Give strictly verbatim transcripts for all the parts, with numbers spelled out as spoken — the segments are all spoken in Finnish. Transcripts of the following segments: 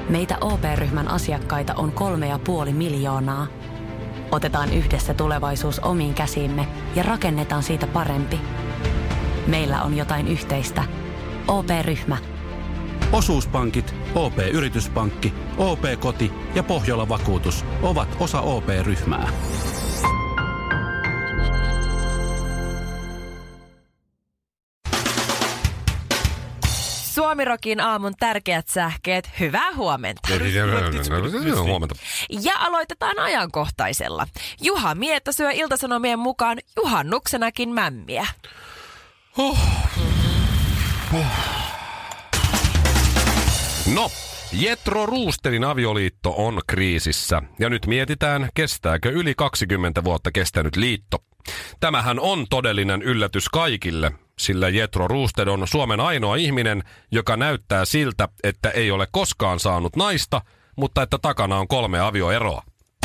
Meitä O P-ryhmän asiakkaita on kolme ja puoli miljoonaa. Otetaan yhdessä tulevaisuus omiin käsiimme ja rakennetaan siitä parempi. Meillä on jotain yhteistä. O P-ryhmä. Osuuspankit, O P-yrityspankki, O P-koti ja Pohjola-vakuutus ovat osa O P-ryhmää. Suomirokin aamun tärkeät sähkeet. Hyvää huomenta. Huomenta. Ja aloitetaan ajankohtaisella. Juha Mieto syö Ilta-Sanomien mukaan juhannuksenakin mämmiä. Oh. Oh. No, Jethro Roostelin avioliitto on kriisissä. Ja nyt mietitään, kestääkö yli kaksikymmentä vuotta kestänyt liitto. Tämähän on todellinen yllätys kaikille, sillä Jethro Roosted on Suomen ainoa ihminen, joka näyttää siltä, että ei ole koskaan saanut naista, mutta että takana on kolme avioeroa.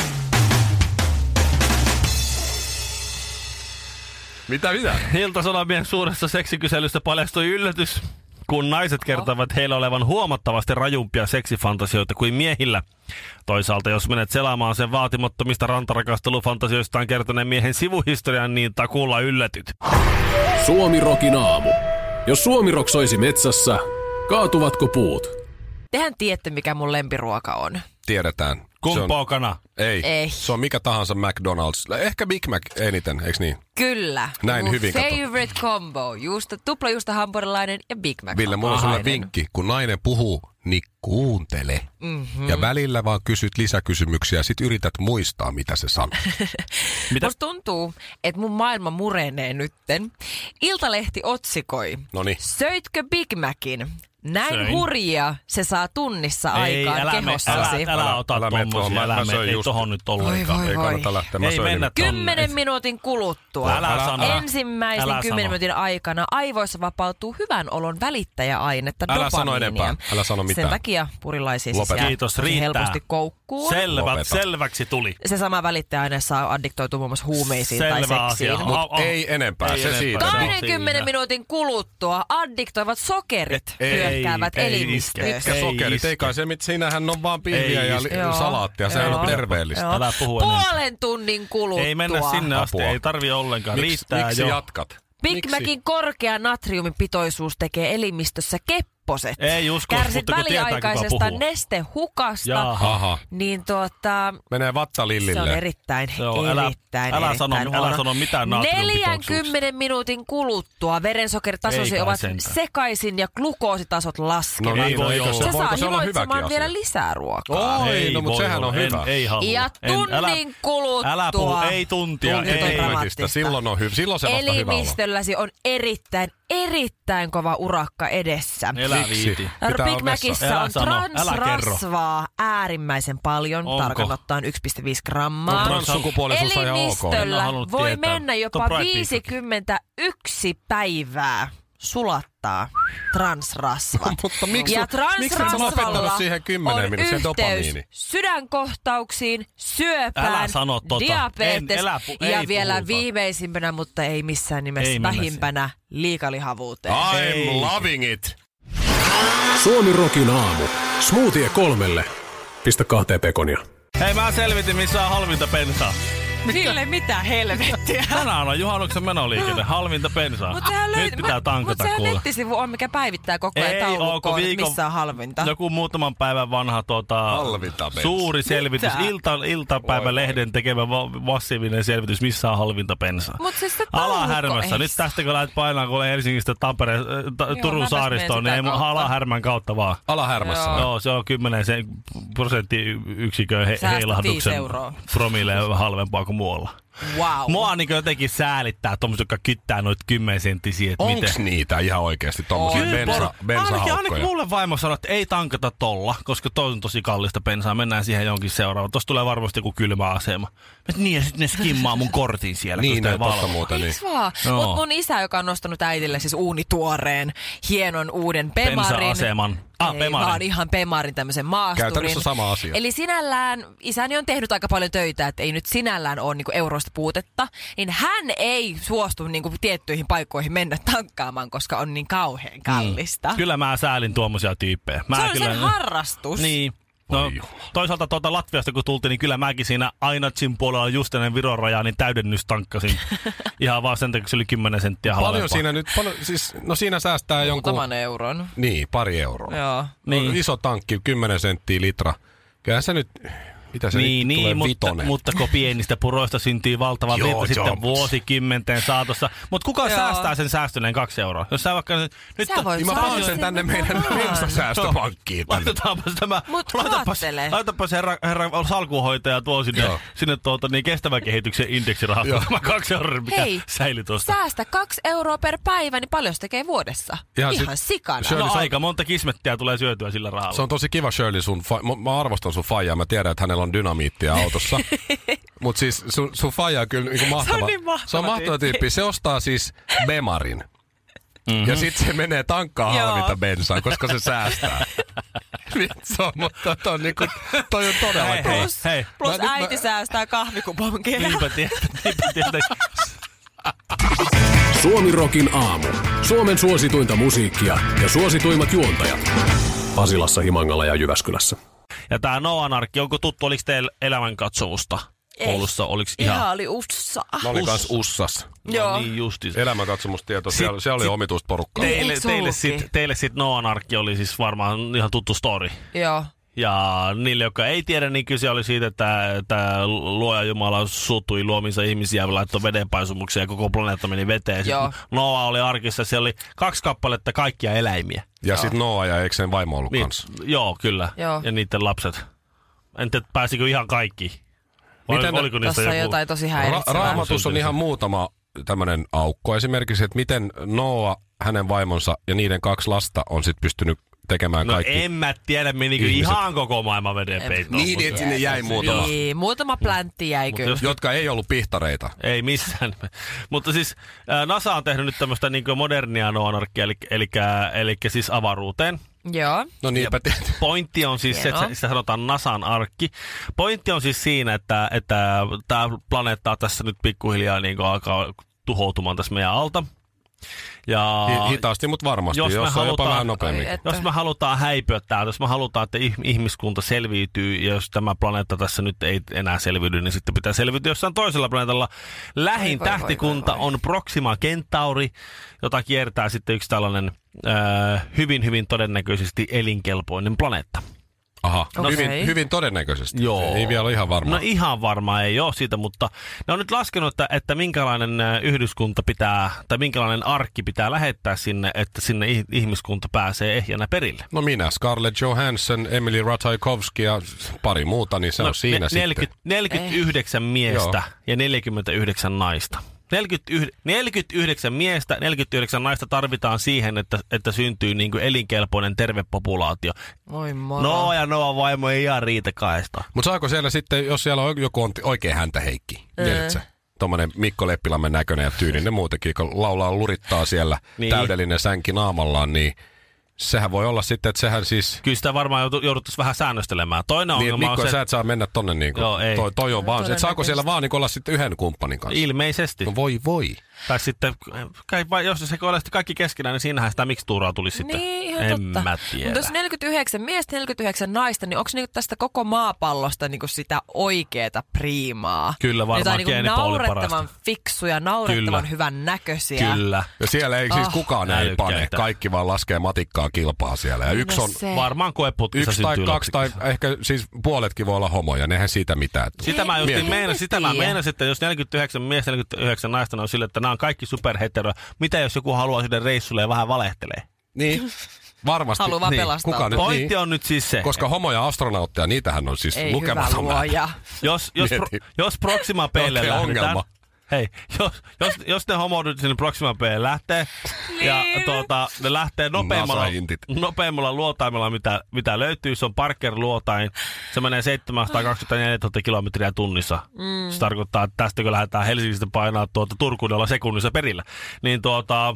Mitä mitä? Ilta-Sanomien suuressa seksikyselyssä paljastui yllätys, kun naiset kertovat heillä olevan huomattavasti rajumpia seksifantasioita kuin miehillä. Toisaalta jos menet selaamaan sen vaatimattomista rantarakastelufantasioistaan kertoneen miehen sivuhistorian, niin takuulla yllätyt. Suomirokin aamu. Jos Suomirok soisi metsässä, kaatuvatko puut? Tehän tiedätte, mikä mun lempiruoka on. Tiedetään. Kumpaa kana? Ei. Ei. Se on mikä tahansa McDonald's. Ehkä Big Mac eniten, eikö niin? Kyllä. Näin mun hyvin, favorite kato. Combo. Juusto, tuplajuusto hampurilainen ja Big Mac. Ville, mulla on sulle vinkki. Kun nainen puhuu, niin kuuntele. Mm-hmm. Ja välillä vaan kysyt lisäkysymyksiä ja sit yrität muistaa, mitä se sanoo. Mitä? Musta tuntuu, että mun maailma murenee nytten. Iltalehti otsikoi. Noniin. Söitkö Big Macin? Näin Söin. hurjia se saa tunnissa Ei, aikaan älä kehossasi. Me, älä, älä, älä ota älä tommosia, älä me, ei just... tohon nyt ollenkaan. Voi, Ei voi, kannata lähteä, mä Ei söin mennä nimen. Kymmenen minuutin kuluttua. Älä sano. Ensimmäisen Älä kymmenen sano. minuutin aikana aivoissa vapautuu hyvän olon välittäjäainetta, Älä dopamiinia. sano enempää, älä sano mitään. Sen takia purilaisia siis Lopeta. jää Kiitos, tosi riittää. helposti koukkuun. Selvä, Lopeta. selväksi tuli. Se sama välittäjäaine saa addiktoitua muun muassa huumeisiin Selvä tai seksiin. asia. Mut Oh, oh. ei enempää, Ei se enempää. siitä. No, kaksikymmentä siinä. minuutin kuluttua addiktoivat sokerit Ei, hyökkäävät ei elimistöön. Mitkä Ei sokerit? iske. Ei kai se, mit- siinähän on vaan pihviä Ei ja iske. li- Joo. salaattia. Se Joo. on terveellistä. Joo. Älä puhu enempää. Puolen tunnin kuluttua. Ei mennä sinne asti, Apua. ei tarvi ollenkaan. Miks, Riittää miksi jo. jatkat? Big Miksi? Macin korkea natriumin pitoisuus tekee elimistössä kepposet. Ei usko, Kärsit mutta kun tietää, kuka väliaikaisesta puhuu. nestehukasta. Jaha. Aha. Niin tuota, Menee vatta se on lillille. erittäin, Se on, älä- erittäin, älä erittäin sano- älä huono. sano mitään natriumpitoisuuksista. neljänkymmenen minuutin kuluttua verensokeritasosi Ei kai ovat sentään. sekaisin ja glukoositasot laskevat. No niin, voi eikö olla. se, Se saa voiko se olla hyväkin iloitsemaan asia? vielä lisää ruokaa. Oi, Ei no mutta voi sehän on olla. hyvä. En, ei halua. Ja En, tunnin älä, kuluttua. älä puhu, ei tuntia. Tunti on ei. dramaattista. Silloin on hyvä. Silloin se vasta hyvä olo. Elimistölläsi on erittäin, erittäin kova urakka edessä. Elä Miksi? viiti. Pitää Big olla Macissa vessa. Älä on sano, älä kerro. transrasvaa äärimmäisen paljon, Onko? tarkan ottaen yksi pilkku viisi grammaa. No, transsukupuolisuus on ihan ok. En Elimistöllä ole halunnut voi tietää. mennä Tuo jopa Pride viisikymmentäyksi päivää sulattaa transrasvat. Mutta miksi ja sä- miksi et sä lopettanut transrasvalla siihen kymmeneen on minuuttiin yhteys dopamiini? sydänkohtauksiin, syöpään, Älä sano tota. diabetes En, älä pu- ja ei vielä puhuta. viimeisimpänä, mutta ei missään nimessä Ei mennä vähimpänä liikalihavuuteen. I'm Ei. loving it. Suomirokin aamu. Smoothie kolmelle. Pistä kahteen pekonia. Hei, mä selvitin, missä on halvinta bensaa. Ville, mitä helvettiä? Tänään on juhannuksen menoliikenne. Halvinta bensaa. Mut sehän Nyt pitää Mutta tankata sehän kuule. nettisivu on, mikä päivittää koko ajan Ei taulukkoon, oo, kun viikon- missä on halvinta. Joku muutaman päivän vanha tota, Halvinta bensaa. suuri selvitys. Mitä? Ilta, iltapäivälehden tekemä va- massiivinen selvitys, missä on halvinta bensaa. Mut siis se taulukko Alahärmässä. ei- Nyt tästä kun lähdet painaa, kun olen Helsingistä Tampere, äh, ta, Turun mäpäs saaristoon, menen niin ei sitä mun kautta. Alahärmän kautta vaan. Alahärmässä. Joo. Joo, se on kymmenen sen prosenttiyksikön he, Säästät heilahduksen viisi euroa. promille halvempaa kuin muualla. Wow. Mua niin jotenkin säälittää tommoset, jotka kyttää noita kymmensenttisiä, että Onks miten... niitä ihan oikeesti tommosia On. bensa, Ainakin, bensahaukkoja? ainakin mulle vaimo sanoi, että ei tankata tolla, koska toi on tosi kallista bensaa. Mennään siihen jonkin seuraavaan. Tuossa tulee varmasti joku kylmä asema. Mä niin, ja sitten ne skimmaa mun kortin siellä. Niin, kun sitä ne ei totta valvo. muuta. Niin. Eiks vaan? Joo. Mut mun isä, joka on nostanut äitille siis uunituoreen, hienon uuden Pemarin. Bensa-aseman. Ah, ei Pemarin. vaan ihan Pemarin tämmöisen maasturin. Käytännössä sama asia. Eli sinällään, isäni on tehnyt aika paljon töitä, että ei nyt sinällään ole niinku euroista puutetta, niin hän ei suostu niinku tiettyihin paikkoihin mennä tankkaamaan, koska on niin kauhean kallista. Kyllä mä säälin tuommoisia tyyppejä. Mä Se on kyllä... sen harrastus. Niin. No, toisaalta tuota Latviasta kun tultiin, niin kyllä mäkin siinä Ainatsin puolella just ennen Viron rajaa, niin täydennystankkasin. Ihan vaan sen takia, se oli kymmenen senttiä halvempaa. Paljon siinä nyt, paljon, siis, no siinä säästää jonkun... Muutaman euron. Niin, pari euroa. Joo. No, Niin. iso tankki, kymmenen senttiä litra. Kyllähän se nyt... Mitä se niin, nyt niin, tulee mutta, vitonen? mutta kun pienistä puroista syntyy valtava Joo, virta joo, sitten mut- vuosikymmenten saatossa. Mutta kuka Joo. säästää sen säästöneen kaksi euroa? Jos sä vaikka... Nyt Sä voit Niin mä saada panon sen tänne meidän mensasäästöpankkiin. laitetaanpas tämä... Mut Laitapas, aattele. laitapas herra, herra salkunhoitaja tuo sinne, Joo. sinne tuota, niin kestävän kehityksen indeksirahastoon. Joo. Tämä kaksi euroa, mikä Hei, säili tuosta. säästä kaksi euroa per päivä, niin paljon se tekee vuodessa. Ihan Ihan sit- sikana. Shirley, No se on- aika monta kismettiä tulee syötyä sillä rahalla. Se on tosi kiva, Shirley, sun fa- mä, mä arvostan sun faijaa. Mä tiedän, että hänellä on dynamiittia autossa. Mut siis sun, sun faija on kyllä niinku mahtava. Se on niin mahtava Se on mahtava tyyppi. tyyppi. Se ostaa siis Bemarin. Mm-hmm. Ja sit se menee tankkaa Joo. halvinta bensaa, koska se säästää. Vitsi on, mutta toi on, niinku, toi on todella Hei, kova. hei, Plus, hei. plus Mä- nyt äiti mä- säästää kahvikuponkeja. Niinpä tietä, niinpä tietä. Suomi Rokin aamu. Suomen suosituinta musiikkia ja suosituimmat juontajat. Pasilassa, Himangalla ja Jyväskylässä. Ja tää Noanarkki, onko tuttu, oliko teillä elämänkatsomusta koulussa? Oliko ihan... Ihan oli ussa. Mä olin Us- kans Ussas. Joo. No niin justi. Elämänkatsomustieto, Sit- siellä, siellä oli sit- omituista porukkaa. Ei. Teille, Eiks teille, ollutkin? sit, teille sit Noanarkki oli siis varmaan ihan tuttu story. Joo. Ja niille, jotka ei tiedä, niin kyse oli siitä, että, että luoja Jumala suuttui luominsa ihmisiä ja laittoi vedenpaisumuksia ja koko planeetta meni veteen. Joo. Sitten Noa oli arkissa, siellä oli kaksi kappaletta kaikkia eläimiä. Ja sit Noa ja eikö sen vaimo ollut Niin, kanssa? joo, kyllä. Joo. Ja niiden lapset. En tiedä, pääsikö ihan kaikki. Vai Miten oliko niissä Tossa on joku... jotain tosi Ra- häiritsevää. Raamatussa on ihan muutama tämmönen aukko. Esimerkiksi, että miten Noa, hänen vaimonsa ja niiden kaksi lasta on sit pystynyt tekemään No kaikki. en mä tiedä, menikö ihmiset. ihan koko maailman veden peittoon. Niin, että sinne jäi muutama, Niin, muutama pläntti jäi Mut kyllä. jos- jotka ei ollut pihtareita. Ei missään. Mutta siis ää, NASA on tehnyt nyt tämmöistä niin modernia noanarkkia, eli, eli, eli siis avaruuteen. Joo. No niinpä tietysti. Pointti on siis se, että Hienoa. sitä sanotaan NASAn arkki. Pointti on siis siinä, että, että tämä planeetta tässä nyt pikkuhiljaa niin alkaa tuhoutumaan tässä meidän alta. Ja Hi- hitaasti, mutta varmasti. Jos Jos, me on jopa halutaan- vähän nopeammin. Ai et. jos me halutaan häipyä täältä, jos me halutaan, että ih- ihmiskunta selviytyy, ja jos tämä planeetta tässä nyt ei enää selviydy, niin sitten pitää selviytyä jossain toisella planeetalla. Lähin Voi, voi, tähtikunta voi, voi. on Proxima Centauri, jota kiertää sitten yksi tällainen äh, hyvin, hyvin todennäköisesti elinkelpoinen planeetta. Aha, Okei. hyvin, hyvin todennäköisesti. Joo. Ei vielä ole ihan varma. No ihan varmaan ei ole siitä, mutta ne on nyt laskenut, että, että minkälainen äh, yhdyskunta pitää, tai minkälainen arkki pitää lähettää sinne, että sinne ih- ihmiskunta pääsee ehjänä perille. No minä, Scarlett Johansson, Emily Ratajkowski ja pari muuta, niin se No, on siinä ne- neljäkymmentä, neljäkymmentäyhdeksän miestä Joo. ja neljäkymmentäyhdeksän naista. neljäkymmentäyhdeksän, neljäkymmentäyhdeksän miestä, neljäkymmentäyhdeksän naista tarvitaan siihen, että, että syntyy niin kuin elinkelpoinen terve populaatio. Voi moro. No ja Noa vaimo ei ihan riitä kaista. Mutta saako siellä sitten, jos siellä on joku on oikein häntä Heikki, tiedätkö? Tuommoinen Mikko Leppilammen näköinen ja tyylinen muutenkin, kun laulaa lurittaa siellä Niin. täydellinen sänki naamallaan, niin sehän voi olla sitten, että sehän siis... Kyllä sitä varmaan joutu- jouduttaisiin vähän säännöstelemään. Toinen Niin, ongelma Mikko, on se, sä et saa mennä tonne niin kuin, Joo, ei. toi, toi on vaan se, että saako siellä vaan niin olla sitten yhden kumppanin kanssa? ilmeisesti. No voi voi. Tai sitten, kai, vai jos se ole sitten kaikki keskenään, niin siinähän sitä mikstuuraa tulisi sitten. Niin, ihan en totta. mä tiedä. Mutta jos neljäkymmentäyhdeksän miestä, neljäkymmentäyhdeksän naista, niin onko niinku tästä koko maapallosta niinku sitä oikeeta priimaa? Kyllä varmaan Jotain niinku geenipooli naurettavan parasta. fiksuja, naurettavan Kyllä. hyvän näköisiä. Kyllä. Ja siellä ei siis Oh. kukaan ei Älykkäitä. pane, kaikki vaan laskee matikkaa kilpaa siellä. Ja yksi No on, se. Varmaan koeputkissa yksi tai syntyy kaksi tai lapsi. ehkä siis puoletkin voi olla homoja, nehän siitä mitään tule. Sitä mä just Mieti. meinasin, sitä mä Tiedä. meinasin, että jos neljäkymmentäyhdeksän miestä, neljäkymmentäyhdeksän naista on sille, että nämä on kaikki superhetero. Mitä jos joku haluaa sinne reissulle ja vähän valehtelee? Niin, varmasti. Haluaa vaan niin. pelastaa. Kuka nyt, Pointti niin. on nyt siis se, Koska homoja astronautteja, niitähän on siis Ei hyvä lukematon määrä. luoja. jos, jos, pro, Mieti. jos Proxima P:lle Oikein lähdetään, ongelma. hei, jos, jos, jos ne homodut sinne Proxima P:lle lähtee ja tuota, ne lähtee nopeammalla, NASA-intit. nopeammalla luotaimella, mitä, mitä löytyy, se on Parker-luotain, se menee seitsemänsataakaksikymmentäneljä kilometriä tunnissa. Mm. Se tarkoittaa, että tästä kun lähdetään Helsingistä painaa tuota Turkuudella sekunnissa perillä, niin tuota,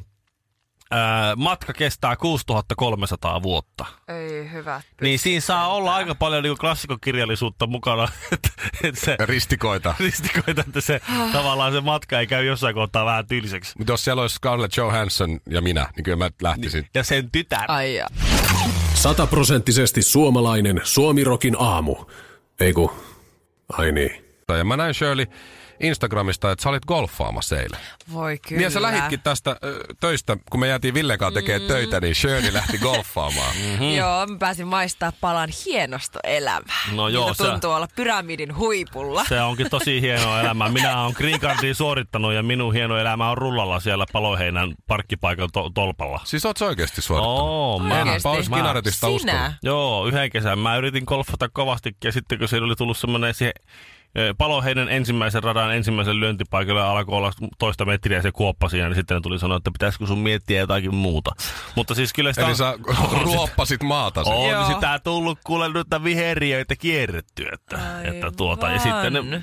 ää, matka kestää kuusituhatta kolmesataa vuotta. Ei hyvä. Niin siinä saa olla aika paljon niin klassikokirjallisuutta mukana, että, että se Ristikoita. ristikoita, että se tavallaan se matka ei käy jossain kohtaa vähän tylsäksi. Mutta jos siellä olisi Scarlett Johansson ja minä, niin kyllä mä lähtisin. Ja sen tytär. Ai ja. Sataprosenttisesti suomalainen Suomirokin aamu. Eiku, ai niin. Ja mä näin Shirley Instagramista, että sä olit golfaamassa eilen. Voi kyllä. Niin sä lähitkin tästä ö, töistä, kun me jäätiin Villen kanssa tekemään mm. töitä, niin Shirley lähti golfaamaan. Mm-hmm. Joo, mä pääsin maistaa palan hienosta elämää. No joo, se tuntuu olla pyramidin huipulla. Se onkin tosi hienoa elämää. Minä olen green cardin suorittanut ja minun hieno elämä on rullalla siellä Paloheinän parkkipaikan to- tolpalla. Siis oot sä oikeesti suorittanut? Oo, mä enpä ois Kinaretista uskonut. Joo, yhden kesän mä yritin golfata kovasti ja sitten kun siinä oli tullut semmoinen siihen Paloheinän ensimmäisen radan ensimmäisen lyöntipaikalle alkoi olla toista metriä se kuoppa siinä, niin sitten ne tuli sanoa, että pitäisikö sun miettiä jotakin muuta. Mutta siis kyllä sitä eli sä ruoppasit maata sen. On Joo. sitä tullut kuule nyt viheriöitä kierrettyä. Että, että tuota, ja sitten ne,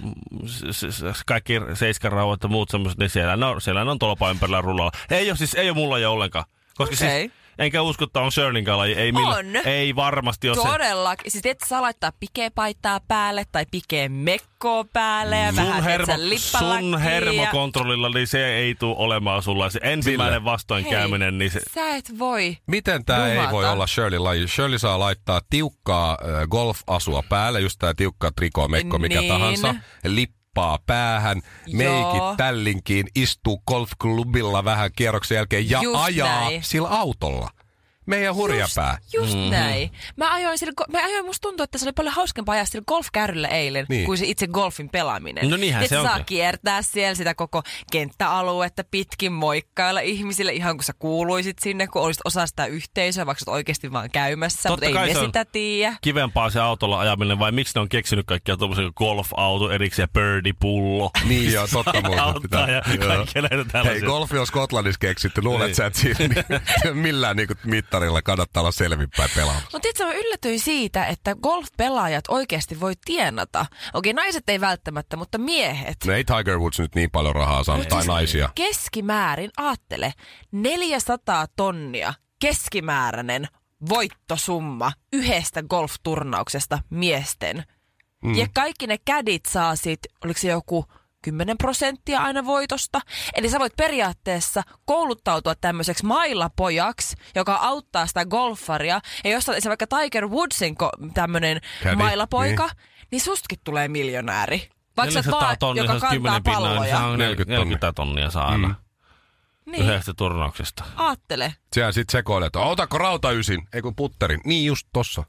kaikki seiskarauhat ja muut semmoiset, niin siellä, no, siellä on tolpa ympärillä rullalla. Ei ole siis, ei ole mulla jo ollenkaan. Koska okay. siis, enkä usko, että on Shirleyn laji. Ei, millä, ei varmasti ole Todellakin. Se. Siis et saa laittaa pikepaitaa päälle tai pikeen mekkoa päälle ja sun vähän hermo, Sun hermokontrollilla, niin se ei tule olemaan sulla. Se ensimmäinen vastoinkäyminen. Niin se... Sä et voi. Miten tää Jumata. Ei voi olla Shirleyn laji? Shirley saa laittaa tiukkaa äh, golf-asua päälle, just tää tiukka triko, mekko, mikä niin. tahansa. Lippu. Päähän, meikit Joo. tällinkiin, istuu golfklubilla vähän kierroksen jälkeen ja just ajaa näin. Sillä autolla. Meidän hurjapää. Just, just mm-hmm. näin. Mä ajoin, sillä, mä ajoin, musta tuntuu, että se oli paljon hauskempaa ajaa sillä golfkärryllä eilen, niin. kuin se itse golfin pelaaminen. No niinhän se on. Saa onkin. kiertää siellä sitä koko kenttäaluetta pitkin, moikkailla ihmisille ihan kun sä kuuluisit sinne, kun olisit osa sitä yhteisöä, vaikka sä oot oikeasti vaan käymässä, mutta ei ne sitä tiedä. Kivempaa se autolla ajaminen, vai miksi ne on keksinyt kaikkia tuommoisia golf-auto erikseen, birdie-pullo. Niin joo, totta muuta pitää. Ja kaikkea näitä tällaisia. Hei, golfi on Skotlannissa keksitty. Luulet niin. sä, että siinä millään niinku mittarilla kannattaa olla selvinpäin pelaamaan. No tiedätkö, mä yllätyin siitä, että golf-pelaajat oikeasti voi tienata. Okei, naiset ei välttämättä, mutta miehet. No ei Tiger Woods nyt niin paljon rahaa saanut, tai naisia. Keskimäärin, aattele, neljäsataa tonnia keskimääräinen voittosumma yhdestä golf-turnauksesta miesten. Mm. Ja kaikki ne kädit saa sit, oliko se joku kymmenen prosenttia aina voitosta. Eli sä voit periaatteessa kouluttautua tämmöiseksi mailapojaksi, joka auttaa sitä golfaria. Ja jos sä vaikka Tiger Woodsin ko- tämmönen Caddy, mailapoika, niin. niin sustakin tulee miljonääri. Vaikka sä oot vaan, tonnia, joka kantaa palloja. Pinnaa, neljäkymmentä tonnia saa aina. Mm. Niin. Yhdestä turnauksesta. Aattele. Siellä sit sekoilee, että otako rautaysin, ei kun putterin. Niin just tossa.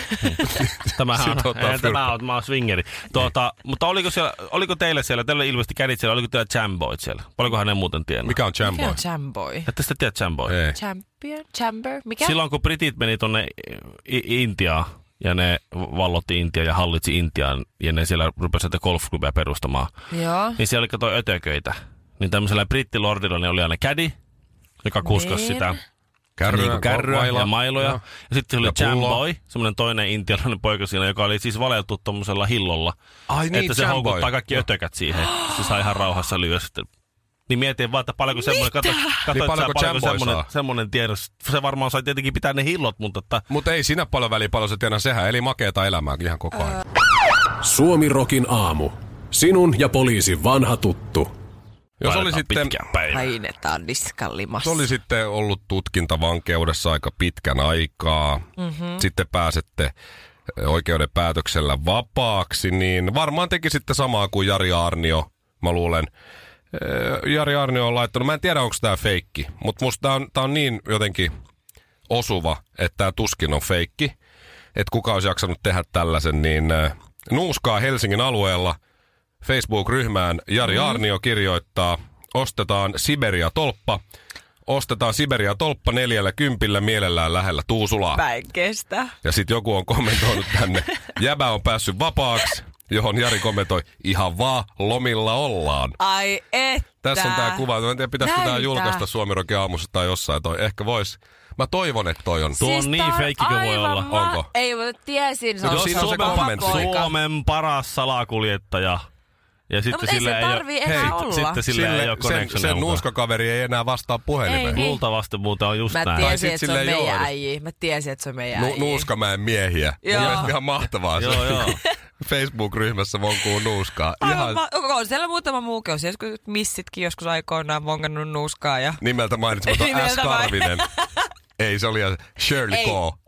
Tämähän on, ei, tämä on, mä oon swingeri. Tuota, mutta oliko, siellä, oliko teille siellä, teillä ilmeisesti kädit siellä, oliko teillä jamboit siellä? Paljonkohan ne muuten tiennyt? Mikä on jamboy? Mikä on jamboy? Ette sitä tiedä jamboy? Ei. Champion, chamber, mikä? Silloin kun britit meni tonne Intiaan ja ne vallotti Intiaa ja hallitsi Intiaan ja ne siellä rupesi sitä golfklubia perustamaan. Joo. Niin siellä oli toi ötököitä. Niin tämmöisellä brittilordilla ne oli aina kädi, joka kuskasi niin. sitä. Kärryä, niin kärryä maila. ja mailoja. Ja, ja sitten oli jamboy, semmoinen toinen intialainen poika siinä, joka oli siis valeltu tommosella hillolla. Ai niin, että se jamboy. houkuttaa kaikki ötökät siihen. Se sai ihan rauhassa lyödä sitten. Niin mietin vaan, että paljonko semmoinen, kato, kato niin paljonko paljonko semmoinen, semmoinen tiedos. Se varmaan sai tietenkin pitää ne hillot, mutta että... Mutta ei siinä paljon väliä, paljon se tiedä, sehän eli makeata elämää ihan koko ajan. Suomirokin aamu. Sinun ja poliisin vanha tuttu. Jos oli sitten, painetaan niskallimassa. Oli sitten ollut tutkintavankeudessa aika pitkän aikaa. Mm-hmm. Sitten pääsette oikeuden päätöksellä vapaaksi, niin varmaan tekisitte samaa kuin Jari Aarnio, mä luulen. Jari Aarnio on laittanut, mä en tiedä onko tämä feikki, mutta musta tää on, tää on niin jotenkin osuva, että tämä tuskin on feikki. Että kuka olisi jaksanut tehdä tällaisen, niin nuuskaa Helsingin alueella. Facebook-ryhmään Jari mm. Aarnio kirjoittaa, ostetaan Siberia-tolppa. Ostetaan Siberia-tolppa neljällä kympillä mielellään lähellä Tuusulaa. Päin kestä. Ja sitten joku on kommentoinut tänne, jäbä on päässyt vapaaksi, johon Jari kommentoi, ihan vaan lomilla ollaan. Ai että. Tässä on tää kuva. Mä en tiedä, pitäisikö tää julkaista Suomirokin aamussa tai jossain. Toi ehkä vois. Mä toivon, että toi on. Tuo on siis niin feikki kuin voi olla. Ma- Onko? Ei, mutta tiesin. Se on, siinä on se kommentti. Suomen paras salakuljettaja. Ja sitten no, sillä ei se tarvii enää hei, olla. Sitten sillä sille, ei ole sen, sen nuuskakaveri ei enää vastaa puhelimeen. Ei, luultavasti muuten on just mä näin. Mä tiesin, että se on meidän äijä. Mä tiesin, että se on meidän äijä. Nu- Nuuskamäen miehiä. Joo. Mun mielestä ihan mahtavaa se. Joo, joo. Facebook-ryhmässä vonkuu nuuskaa. Ihan... Ma- on siellä muutama muukin. On joskus missitkin joskus aikoinaan vonkannut nuuskaa. Ja... Nimeltä mainitsematon S. Karvinen. Ei, se oli Shirley K. Ei.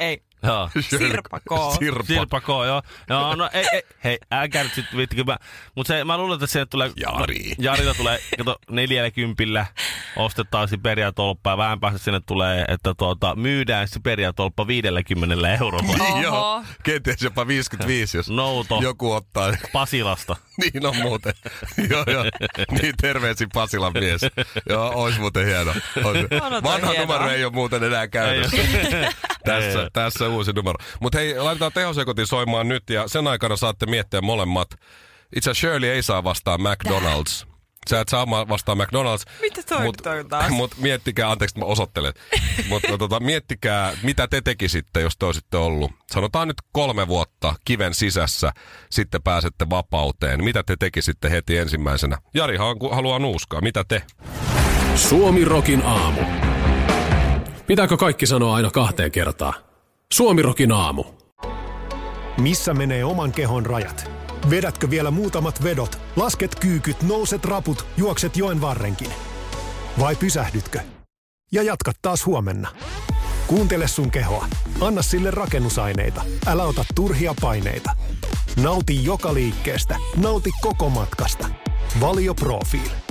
Joo. Sirpa K. Sirpa. Sirpa K, joo. Joo, no ei, ei, hei, älkää nyt sit viittikö mä. Mut se, mä luulen, että sieltä tulee... Jari. Jarilla tulee, kato, neljällä ostetaan Siberia-tolppa ja vähän päästä sinne tulee, että tuota, myydään Siberia-tolppa viidelläkymmenellä eurolla. Oho. Joo, kenties jopa viisikymmentäviisi, jos Nouto. joku ottaa. Pasilasta. Niin on muuten. Joo, joo. Niin terveisin Pasilan mies. Joo, ois muuten hieno. Ois. Vanha hienoa. Numero ei ole muuten enää käytössä. tässä, ei. tässä uusi numero. Mutta hei, laitetaan tehosekotin soimaan nyt ja sen aikana saatte miettiä molemmat. Itse asiassa Shirley ei saa vastaan McDonald's. Sä et saa vastaan McDonald's. Mitä toi mut, toi taas? Mutta miettikää, anteeksi mä osoittelen. Mutta tota, miettikää, mitä te tekisitte, jos te olisitte ollut. Sanotaan nyt kolme vuotta kiven sisässä, sitten pääsette vapauteen. Mitä te tekisitte heti ensimmäisenä? Jarihan haluaa nuuskaa. Mitä te? Suomi Rokin aamu. Pitääkö kaikki sanoa aina kahteen kertaan? Suomi Rokin aamu. Missä menee oman kehon rajat? Vedätkö vielä muutamat vedot, lasket kyykyt, nouset raput, juokset joen varrenkin? Vai pysähdytkö? Ja jatkat taas huomenna. Kuuntele sun kehoa. Anna sille rakennusaineita. Älä ota turhia paineita. Nauti joka liikkeestä. Nauti koko matkasta. Valio Profiil.